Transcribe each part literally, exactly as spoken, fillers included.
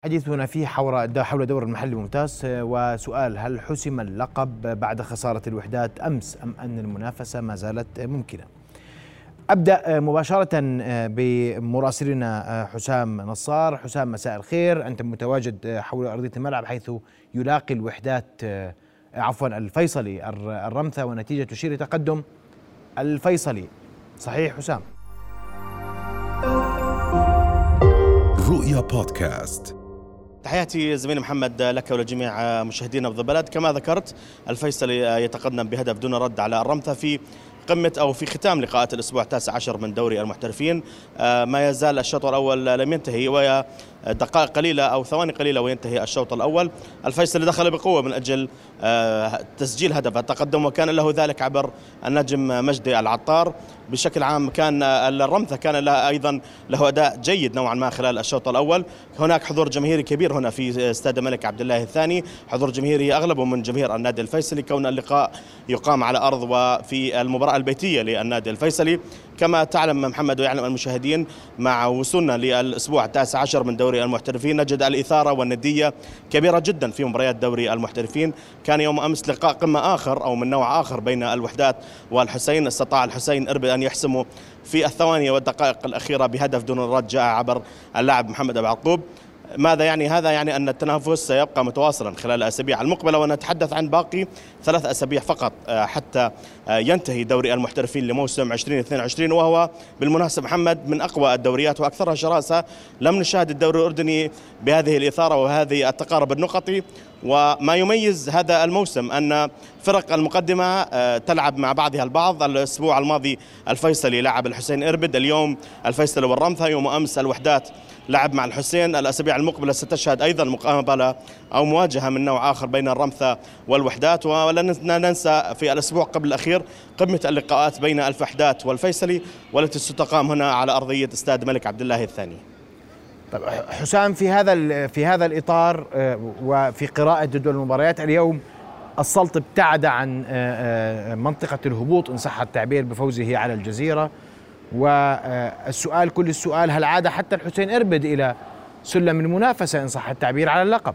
حديثنا فيه حول حول دور المحلي الممتاز، وسؤال: هل حسم اللقب بعد خسارة الوحدات أمس أم أن المنافسة ما زالت ممكنة؟ أبدأ مباشرة بمراسلنا حسام نصار. حسام، مساء الخير، أنت متواجد حول أرضية الملعب حيث يلاقي الوحدات عفوا الفيصلي الرمثة، ونتيجة تشير لتقدم الفيصلي، صحيح حسام؟ رؤيا بودكاست. تحياتي زميلي محمد لك ولجميع مشاهدينا بض البلد. كما ذكرت، الفيصلي يتقدم بهدف دون رد على الرمثة في قمة أو في ختام لقاءات الأسبوع التاسع عشر من دوري المحترفين. ما يزال الشوط الأول لم ينتهي، وهي دقائق قليلة أو ثواني قليلة وينتهي الشوط الأول. الفيصلي دخل بقوة من أجل تسجيل هدف التقدم، وكان له ذلك عبر النجم مجدي العطار. بشكل عام كان الرمثة كان لها أيضا له أداء جيد نوعا ما خلال الشوط الأول. هناك حضور جماهيري كبير هنا في استاد الملك عبد الله الثاني، حضور جماهيري أغلبه من جماهير النادي الفيصلي، كون اللقاء يقام على أرض وفي المباراة البيتية للنادي الفيصلي. كما تعلم محمد ويعلم المشاهدين، مع وصولنا للأسبوع التاسع عشر من دوري المحترفين نجد الإثارة والندية كبيرة جدا في مباريات دوري المحترفين. كان يوم أمس لقاء قمة آخر أو من نوع آخر بين الوحدات والحسين. استطاع الحسين إربد أن يحسموا في الثواني والدقائق الأخيرة بهدف دون الرد جاء عبر اللاعب محمد أبو عقوب. ماذا يعني هذا؟ يعني أن التنافس سيبقى متواصلا خلال الأسابيع المقبلة، ونتحدث عن باقي ثلاث أسابيع فقط حتى ينتهي دوري المحترفين لموسم ألفين واثنين وعشرين، وهو بالمناسبة محمد من أقوى الدوريات وأكثرها شراسة. لم نشاهد الدوري الأردني بهذه الإثارة وهذه التقارب النقطي. وما يميز هذا الموسم أن فرق المقدمة تلعب مع بعضها البعض. الأسبوع الماضي الفيصلي لعب الحسين إربد، اليوم الفيصلي والرمثة، يوم أمس الوحدات لعب مع الحسين. الأسابيع المقبلة ستشهد أيضا مقابلة أو مواجهة من نوع آخر بين الرمثة والوحدات. ولن ننسى في الأسبوع قبل الأخير قمة اللقاءات بين الوحدات والفيصلي، والتي ستقام هنا على أرضية استاد الملك عبد الله الثاني. طيب حسام، في هذا في هذا الإطار وفي قراءة جدول المباريات اليوم، السلط ابتعد عن منطقة الهبوط إن صح التعبير بفوزه على الجزيرة. والسؤال كل السؤال: هل عاد حتى الحسين إربد إلى سلم المنافسة إن صح التعبير على اللقب؟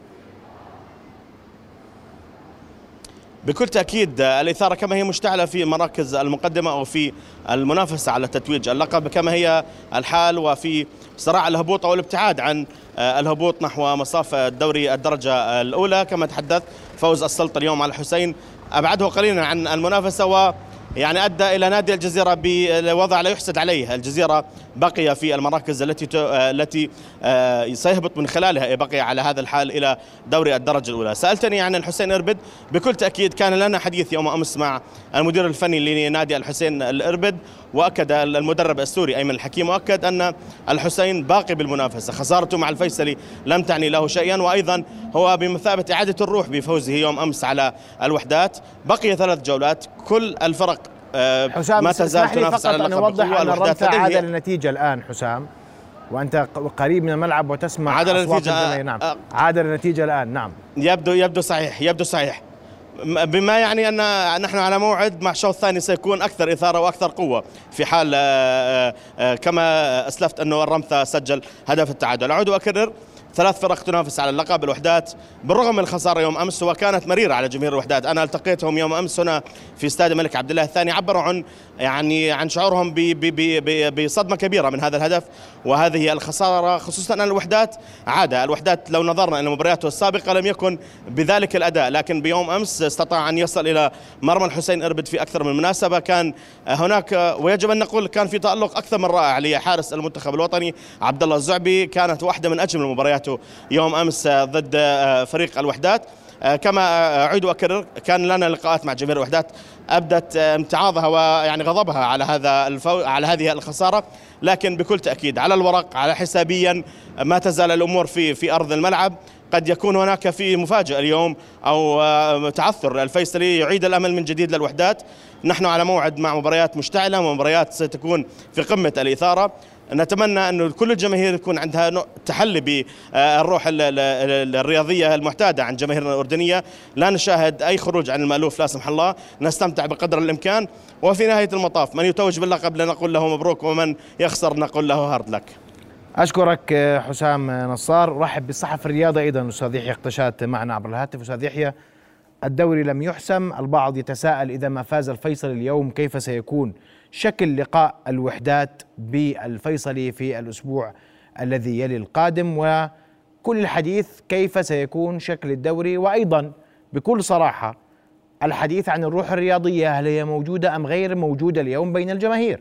بكل تأكيد الإثارة كما هي مشتعلة في مراكز المقدمة أو في المنافسة على تتويج اللقب كما هي الحال، وفي صراع الهبوط أو الابتعاد عن الهبوط نحو مصاف الدوري الدرجة الأولى. كما تحدث، فوز السلط اليوم على الحسين أبعده قليلا عن المنافسة، و يعني أدى إلى نادي الجزيرة بوضع لا يحسد عليه. الجزيرة بقي في المراكز التي التي سيهبط من خلالها، بقي على هذا الحال إلى دوري الدرجة الأولى. سألتني عن الحسين إربد، بكل تأكيد كان لنا حديث يوم أمس مع المدير الفني لنادي الحسين الإربد، وأكد المدرب السوري أيمن الحكيم، وأكد أن الحسين باقي بالمنافسة. خسارته مع الفيصلي لم تعني له شيئا، وأيضا هو بمثابة إعادة الروح بفوزه يوم أمس على الوحدات. بقي ثلاث جولات، كل الفرق حسام ما تزال تنافس على اللقب. نوضح أن الرمثة عاد النتيجة الآن حسام، وأنت قريب من الملعب وتسمع عاد النتيجة. نعم عاد النتيجة الآن. نعم يبدو يبدو صحيح يبدو صحيح بما يعني أن نحن على موعد مع شوط ثاني سيكون أكثر إثارة وأكثر قوة، في حال كما أسلفت أنه الرمثة سجل هدف التعادل. أعود وأكرر، ثلاث فرق تنافس على اللقب. الوحدات بالرغم من الخسارة يوم أمس وكانت مريرة على جماهير الوحدات، أنا التقيتهم يوم أمس هنا في استاد الملك عبد الله الثاني، عبروا عن يعني عن شعورهم بصدمة كبيرة من هذا الهدف وهذه الخسارة، خصوصا أن الوحدات عاد الوحدات لو نظرنا إلى مبارياته السابقة لم يكن بذلك الأداء، لكن بيوم أمس استطاع أن يصل إلى مرمى الحسين إربد في أكثر من مناسبة. كان هناك ويجب أن نقول كان في تألق أكثر من رائع لحارس المنتخب الوطني عبد الله الزعبي، كانت واحدة من أجمل المباريات يوم أمس ضد فريق الوحدات. كما أعيد وأكرر، كان لنا لقاءات مع جماهير الوحدات أبدت امتعاضها ويعني غضبها على هذا الفو... على هذه الخسارة، لكن بكل تأكيد على الورق على حسابيا ما تزال الأمور في في أرض الملعب. قد يكون هناك في مفاجأة اليوم أو تعثر الفيصلي يعيد الأمل من جديد للوحدات. نحن على موعد مع مباريات مشتعلة ومباريات ستكون في قمة الإثارة. نتمنى أن كل الجماهير يكون عندها تحلي بالروح الرياضية المعتادة عن جماهيرنا الأردنية، لا نشاهد أي خروج عن المألوف لا سمح الله، نستمتع بقدر الإمكان، وفي نهاية المطاف من يتوج باللقب لنقول له مبروك، ومن يخسر نقول له هارد لك. أشكرك حسام نصار. رحب بالصحفي الرياضي أيضا أستاذ يحيى اقتشات معنا عبر الهاتف. أستاذ يحيى، الدوري لم يحسم، البعض يتساءل إذا ما فاز الفيصلي اليوم كيف سيكون شكل لقاء الوحدات بالفيصلي في الأسبوع الذي يلي القادم، وكل الحديث كيف سيكون شكل الدوري، وأيضا بكل صراحة الحديث عن الروح الرياضية، هل هي موجودة أم غير موجودة اليوم بين الجماهير؟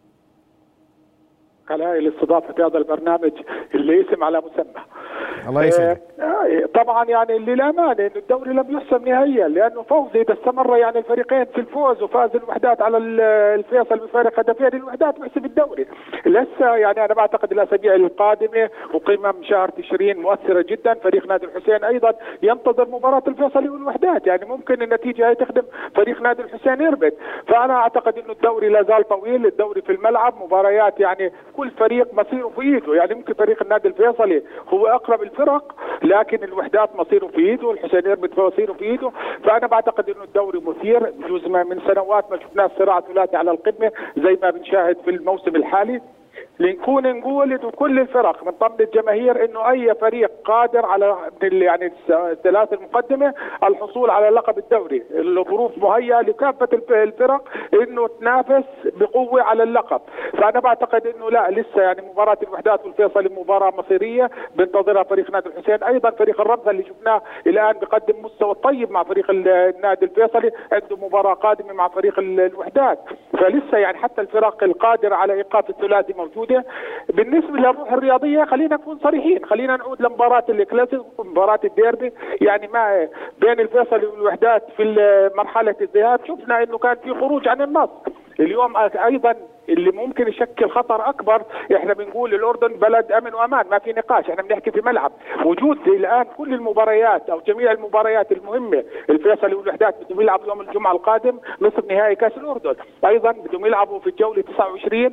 على الاستضافة هذا البرنامج اللي اسم على مسمى. الله يسعدك. آه طبعا يعني اللي لا مانع انه الدوري لم يحسم نهائيا، لانه فوز اذا استمر يعني الفريقين في الفوز وفاز الوحدات على الفيصل بفارق هدفين، الوحدات يحسم الدوري. لسه يعني انا بعتقد الاسابيع القادمه وقمم شهر تشرين مؤثره جدا. فريق نادي الحسين ايضا ينتظر مباراه الفيصلي والوحدات، يعني ممكن النتيجه هي تخدم فريق نادي الحسين يربد. فانا اعتقد انه الدوري لا زال طويل، الدوري في الملعب، مباريات يعني كل فريق مصيره في ايده. يعني ممكن فريق النادي الفيصلي هو اقرب الفرق، لكن الوحدات مصيره في ايده، الحسين يربد مصيره في ايده. فانا بعتقد انه الدوري مثير، بجوز من سنوات ما شفناه صراع ثلاثي على القمه زي ما بنشاهد في الموسم الحالي. لنكون نقول انه كل الفرق من ضمن الجماهير انه اي فريق قادر على يعني الثلاث المقدمه الحصول على لقب الدوري، الظروف مهيئه لكافه الفرق انه تنافس بقوه على اللقب. فانا بعتقد انه لا، لسه يعني مباراه الوحدات والفيصلي مباراه مصيريه بينتظرها فريق نادي الحسين. ايضا فريق الرمثا اللي شفناه الان بقدم مستوى طيب مع فريق النادي الفيصلي، عنده مباراه قادمه مع فريق الوحدات. فلسه يعني حتى الفرق القادره على ايقاف الثلاثي موجوده. بالنسبه للروح الرياضيه خلينا نكون صريحين، خلينا نعود لمباراه الكلاسيكو ومباراه الديربي. يعني ما بين الفيصلي والوحدات في مرحله الذهاب شفنا انه كان في خروج عن النص. اليوم ايضا اللي ممكن يشكل خطر اكبر، احنا بنقول الاردن بلد امن وامان، ما في نقاش، احنا بنحكي في ملعب. وجود الان كل المباريات او جميع المباريات المهمه، الفيصلي والوحدات بدهم يلعبوا يوم الجمعه القادم نصف نهائي كاس الاردن، ايضا بدهم يلعبوا في الجوله تسعة وعشرين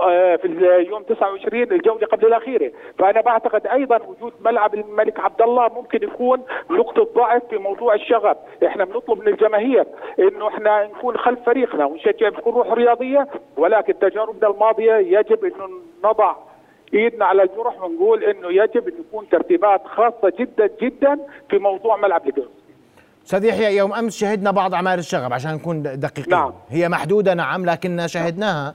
في يوم تسعة وعشرين الجوله قبل الاخيره. فانا بعتقد ايضا وجود ملعب الملك عبد الله ممكن يكون نقطه ضعف في موضوع الشغب. احنا بنطلب من الجماهير انه احنا نكون خلف فريقنا ونشجع بكل روح رياضيه، ولكن تجاربنا الماضيه يجب انه نضع ايدنا على الجرح ونقول انه يجب ان يكون ترتيبات خاصه جدا جدا في موضوع ملعب الجرس. استاذ يحيى، يوم امس شهدنا بعض اعمال الشغب عشان نكون دقيقين. نعم. هي محدوده نعم، لكننا شاهدناها،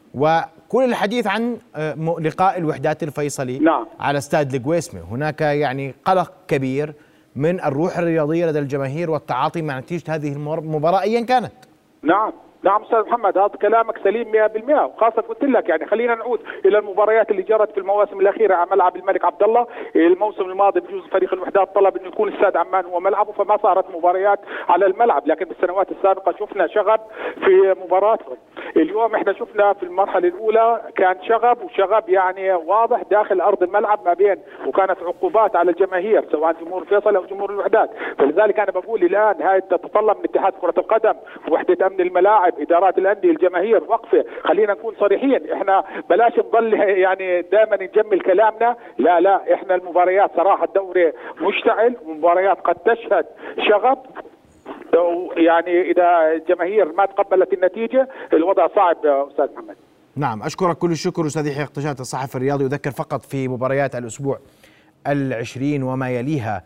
وكل الحديث عن لقاء الوحدات الفيصلي نعم. على استاد القويسمه. هناك يعني قلق كبير من الروح الرياضيه لدى الجماهير والتعاطي مع نتيجه هذه المباراه ايا كانت. نعم نعم استاذ محمد، هذا كلامك سليم مئة بالمئة، وخاصه قلت لك يعني خلينا نعود الى المباريات اللي جرت في المواسم الاخيره على ملعب الملك عبد الله. الموسم الماضي بجوز فريق الوحدات طلب انه يكون استاد عمان هو ملعبه، فما صارت مباريات على الملعب، لكن بالسنوات السابقه شفنا شغب في مباراتهم. اليوم احنا شفنا في المرحله الاولى كان شغب، وشغب يعني واضح داخل ارض الملعب ما بين، وكانت عقوبات على الجماهير سواء جمهور الفيصل او جمهور الوحدات. فلذلك انا بقول الان هاي تتطلب من اتحاد كره القدم ووحده امن الملاعب، ادارات الانديه، الجماهير وقفه. خلينا نكون صريحين، احنا بلاش نضل يعني دائما نجمل كلامنا، لا لا، احنا المباريات صراحه الدوري مشتعل، ومباريات قد تشهد شغب. يعني اذا الجماهير ما تقبلت النتيجه الوضع صعب يا استاذ محمد. نعم، اشكرك كل الشكر استاذ يحيى اقتشات الصحفي الرياضي. اذكر فقط في مباريات الاسبوع العشرين وما يليها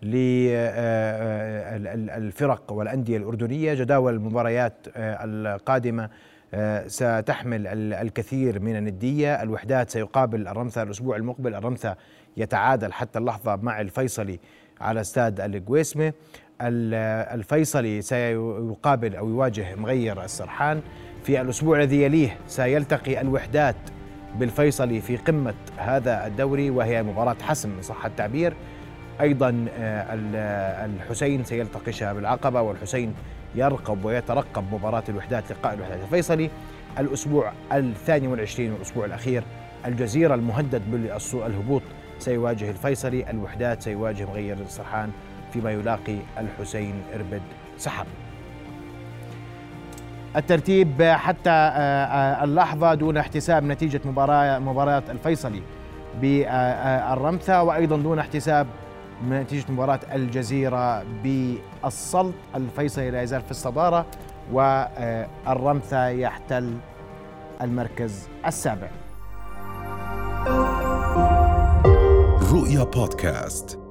للفرق والأندية الأردنية، جداول المباريات القادمة ستحمل الكثير من الندية. الوحدات سيقابل الرمثا الأسبوع المقبل، الرمثا يتعادل حتى اللحظة مع الفيصلي على استاد القويسمة. الفيصلي سيقابل أو يواجه مغير السرحان. في الأسبوع الذي يليه سيلتقي الوحدات بالفيصلي في قمة هذا الدوري، وهي مباراة حسم إن صح التعبير. أيضا الحسين سيلتقي شباب العقبة، والحسين يرقب ويترقب مباراة الوحدات، لقاء الوحدات الفيصلي. الأسبوع الثاني والعشرين والأسبوع الأخير الجزيرة المهدد بالهبوط سيواجه الفيصلي، الوحدات سيواجه مغير السرحان، فيما يلاقي الحسين إربد سحب. الترتيب حتى اللحظة دون احتساب نتيجة مباراة مباراة الفيصلي بالرمثا، وأيضا دون احتساب نتيجة مباراة الجزيرة بالسلط. الفيصلي لا يزال في الصدارة، والرمثا يحتل المركز السابع. رؤيا بودكاست.